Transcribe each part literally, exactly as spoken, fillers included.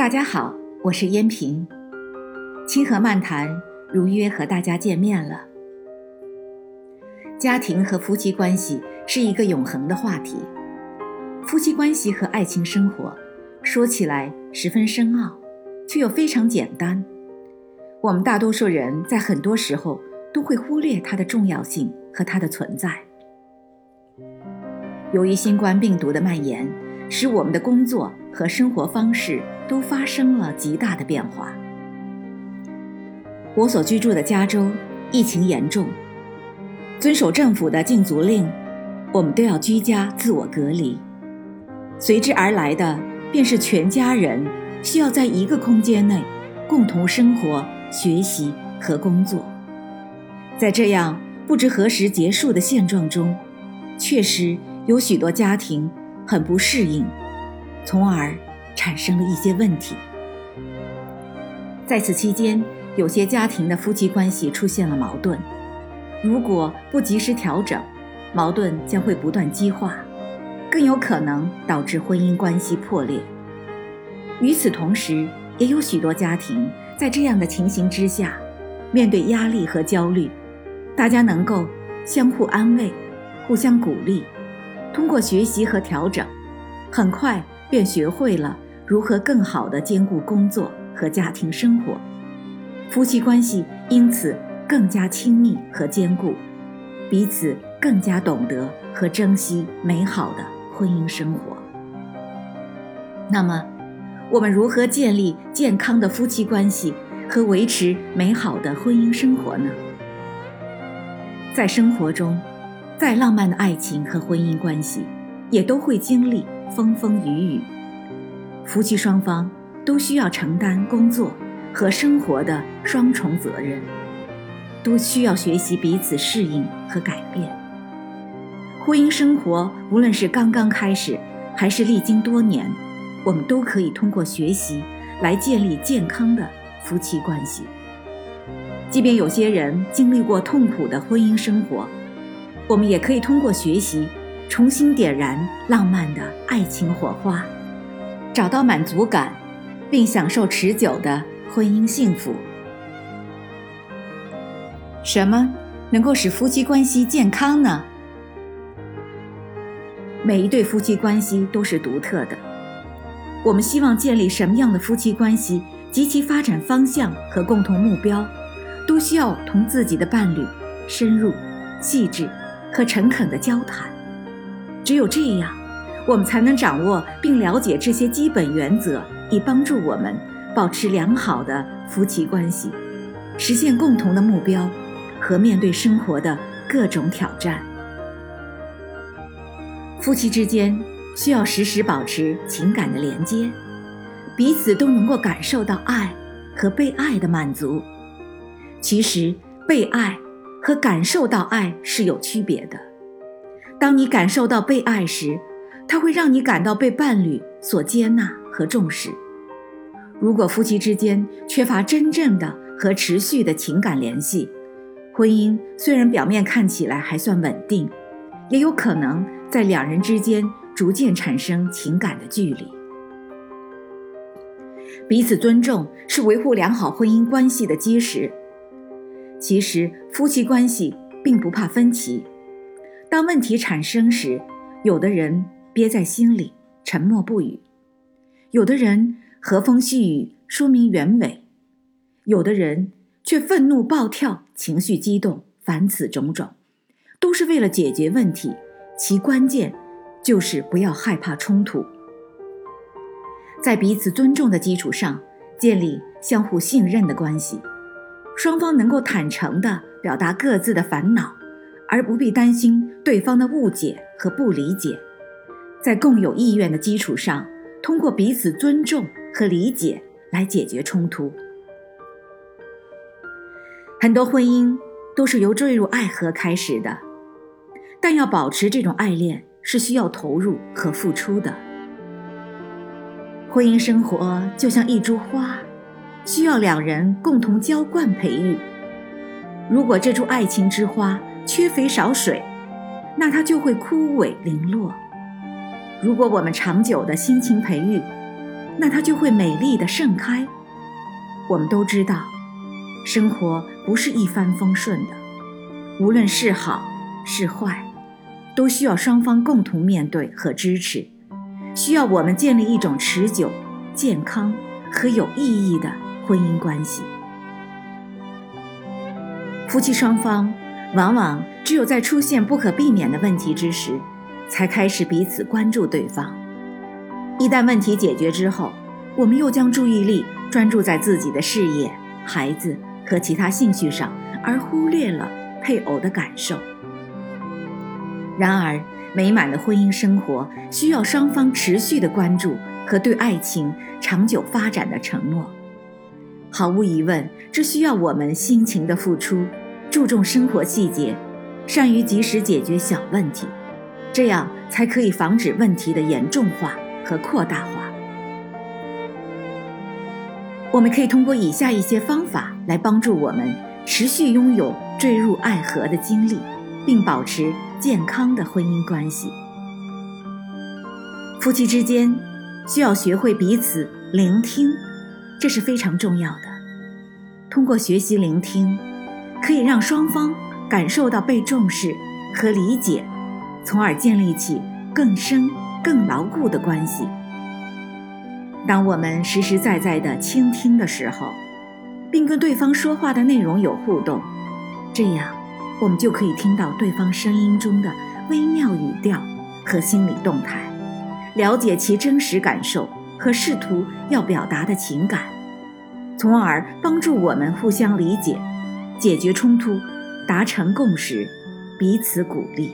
大家好，我是燕平，清河漫谈如约和大家见面了。家庭和夫妻关系是一个永恒的话题，夫妻关系和爱情生活说起来十分深奥，却又非常简单。我们大多数人在很多时候都会忽略它的重要性和它的存在。由于新冠病毒的蔓延，使我们的工作和生活方式都发生了极大的变化。我所居住的加州疫情严重，遵守政府的禁足令，我们都要居家自我隔离。随之而来的便是全家人需要在一个空间内共同生活、学习和工作。在这样不知何时结束的现状中，确实有许多家庭很不适应，从而产生了一些问题。在此期间，有些家庭的夫妻关系出现了矛盾，如果不及时调整，矛盾将会不断激化，更有可能导致婚姻关系破裂。与此同时，也有许多家庭在这样的情形之下，面对压力和焦虑，大家能够相互安慰，互相鼓励，通过学习和调整，很快便学会了如何更好地兼顾工作和家庭生活，夫妻关系因此更加亲密和坚固，彼此更加懂得和珍惜美好的婚姻生活。那么，我们如何建立健康的夫妻关系和维持美好的婚姻生活呢？在生活中，再浪漫的爱情和婚姻关系也都会经历风风雨雨，夫妻双方都需要承担工作和生活的双重责任，都需要学习彼此适应和改变。婚姻生活无论是刚刚开始还是历经多年，我们都可以通过学习来建立健康的夫妻关系。即便有些人经历过痛苦的婚姻生活，我们也可以通过学习重新点燃浪漫的爱情火花，找到满足感，并享受持久的婚姻幸福。什么能够使夫妻关系健康呢？每一对夫妻关系都是独特的，我们希望建立什么样的夫妻关系及其发展方向和共同目标，都需要同自己的伴侣深入、细致和诚恳的交谈。只有这样，我们才能掌握并了解这些基本原则，以帮助我们保持良好的夫妻关系，实现共同的目标和面对生活的各种挑战。夫妻之间需要时时保持情感的连接，彼此都能够感受到爱和被爱的满足。其实，被爱和感受到爱是有区别的。当你感受到被爱时，它会让你感到被伴侣所接纳和重视。如果夫妻之间缺乏真正的和持续的情感联系，婚姻虽然表面看起来还算稳定，也有可能在两人之间逐渐产生情感的距离。彼此尊重是维护良好婚姻关系的基石。其实，夫妻关系并不怕分歧。当问题产生时，有的人憋在心里，沉默不语；有的人和风细雨，说明原委；有的人却愤怒暴跳，情绪激动，凡此种种，都是为了解决问题。其关键就是不要害怕冲突，在彼此尊重的基础上，建立相互信任的关系。双方能够坦诚地表达各自的烦恼，而不必担心对方的误解和不理解。在共有意愿的基础上，通过彼此尊重和理解来解决冲突。很多婚姻都是由坠入爱河开始的，但要保持这种爱恋是需要投入和付出的。婚姻生活就像一株花，需要两人共同浇灌培育。如果这株爱情之花缺肥少水，那它就会枯萎零落。如果我们长久的辛勤培育， 那它就会美丽地盛开。我们都知道，生活不是一帆风顺的，无论是好是坏，都需要双方共同面对和支持，需要我们建立一种持久、健康和有意义的婚姻关系。夫妻双方往往只有在出现不可避免的问题之时，才开始彼此关注对方。一旦问题解决之后，我们又将注意力专注在自己的事业、孩子和其他兴趣上，而忽略了配偶的感受。然而，美满的婚姻生活需要双方持续的关注和对爱情长久发展的承诺。毫无疑问，这需要我们辛勤的付出，注重生活细节，善于及时解决小问题，这样才可以防止问题的严重化和扩大化。我们可以通过以下一些方法来帮助我们持续拥有坠入爱河的经历，并保持健康的婚姻关系。夫妻之间需要学会彼此聆听，这是非常重要的。通过学习聆听，可以让双方感受到被重视和理解，从而建立起更深、更牢固的关系。当我们实实在在地倾听的时候，并跟对方说话的内容有互动，这样我们就可以听到对方声音中的微妙语调和心理动态，了解其真实感受和试图要表达的情感，从而帮助我们互相理解，解决冲突，达成共识，彼此鼓励。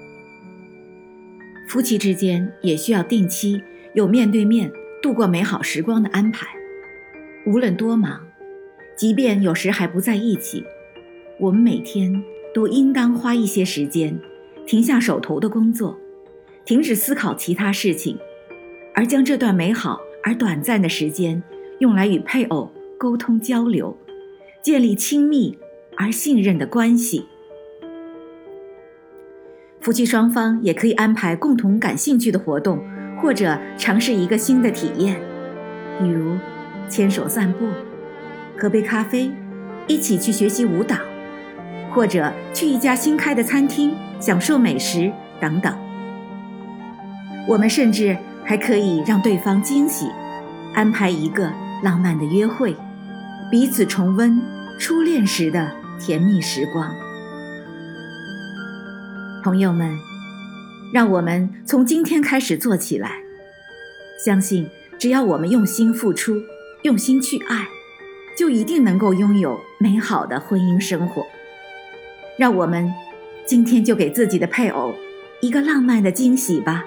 夫妻之间也需要定期有面对面度过美好时光的安排。无论多忙，即便有时还不在一起，我们每天都应当花一些时间，停下手头的工作，停止思考其他事情，而将这段美好而短暂的时间用来与配偶沟通交流，建立亲密而信任的关系。夫妻双方也可以安排共同感兴趣的活动，或者尝试一个新的体验，比如牵手散步，喝杯咖啡，一起去学习舞蹈，或者去一家新开的餐厅享受美食等等。我们甚至还可以让对方惊喜，安排一个浪漫的约会，彼此重温初恋时的甜蜜时光。朋友们，让我们从今天开始做起来，相信只要我们用心付出，用心去爱，就一定能够拥有美好的婚姻生活。让我们今天就给自己的配偶一个浪漫的惊喜吧。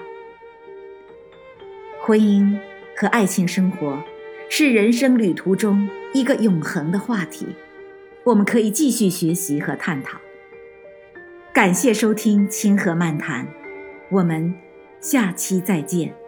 婚姻和爱情生活是人生旅途中一个永恒的话题，我们可以继续学习和探讨。感谢收听清河漫谈，我们下期再见。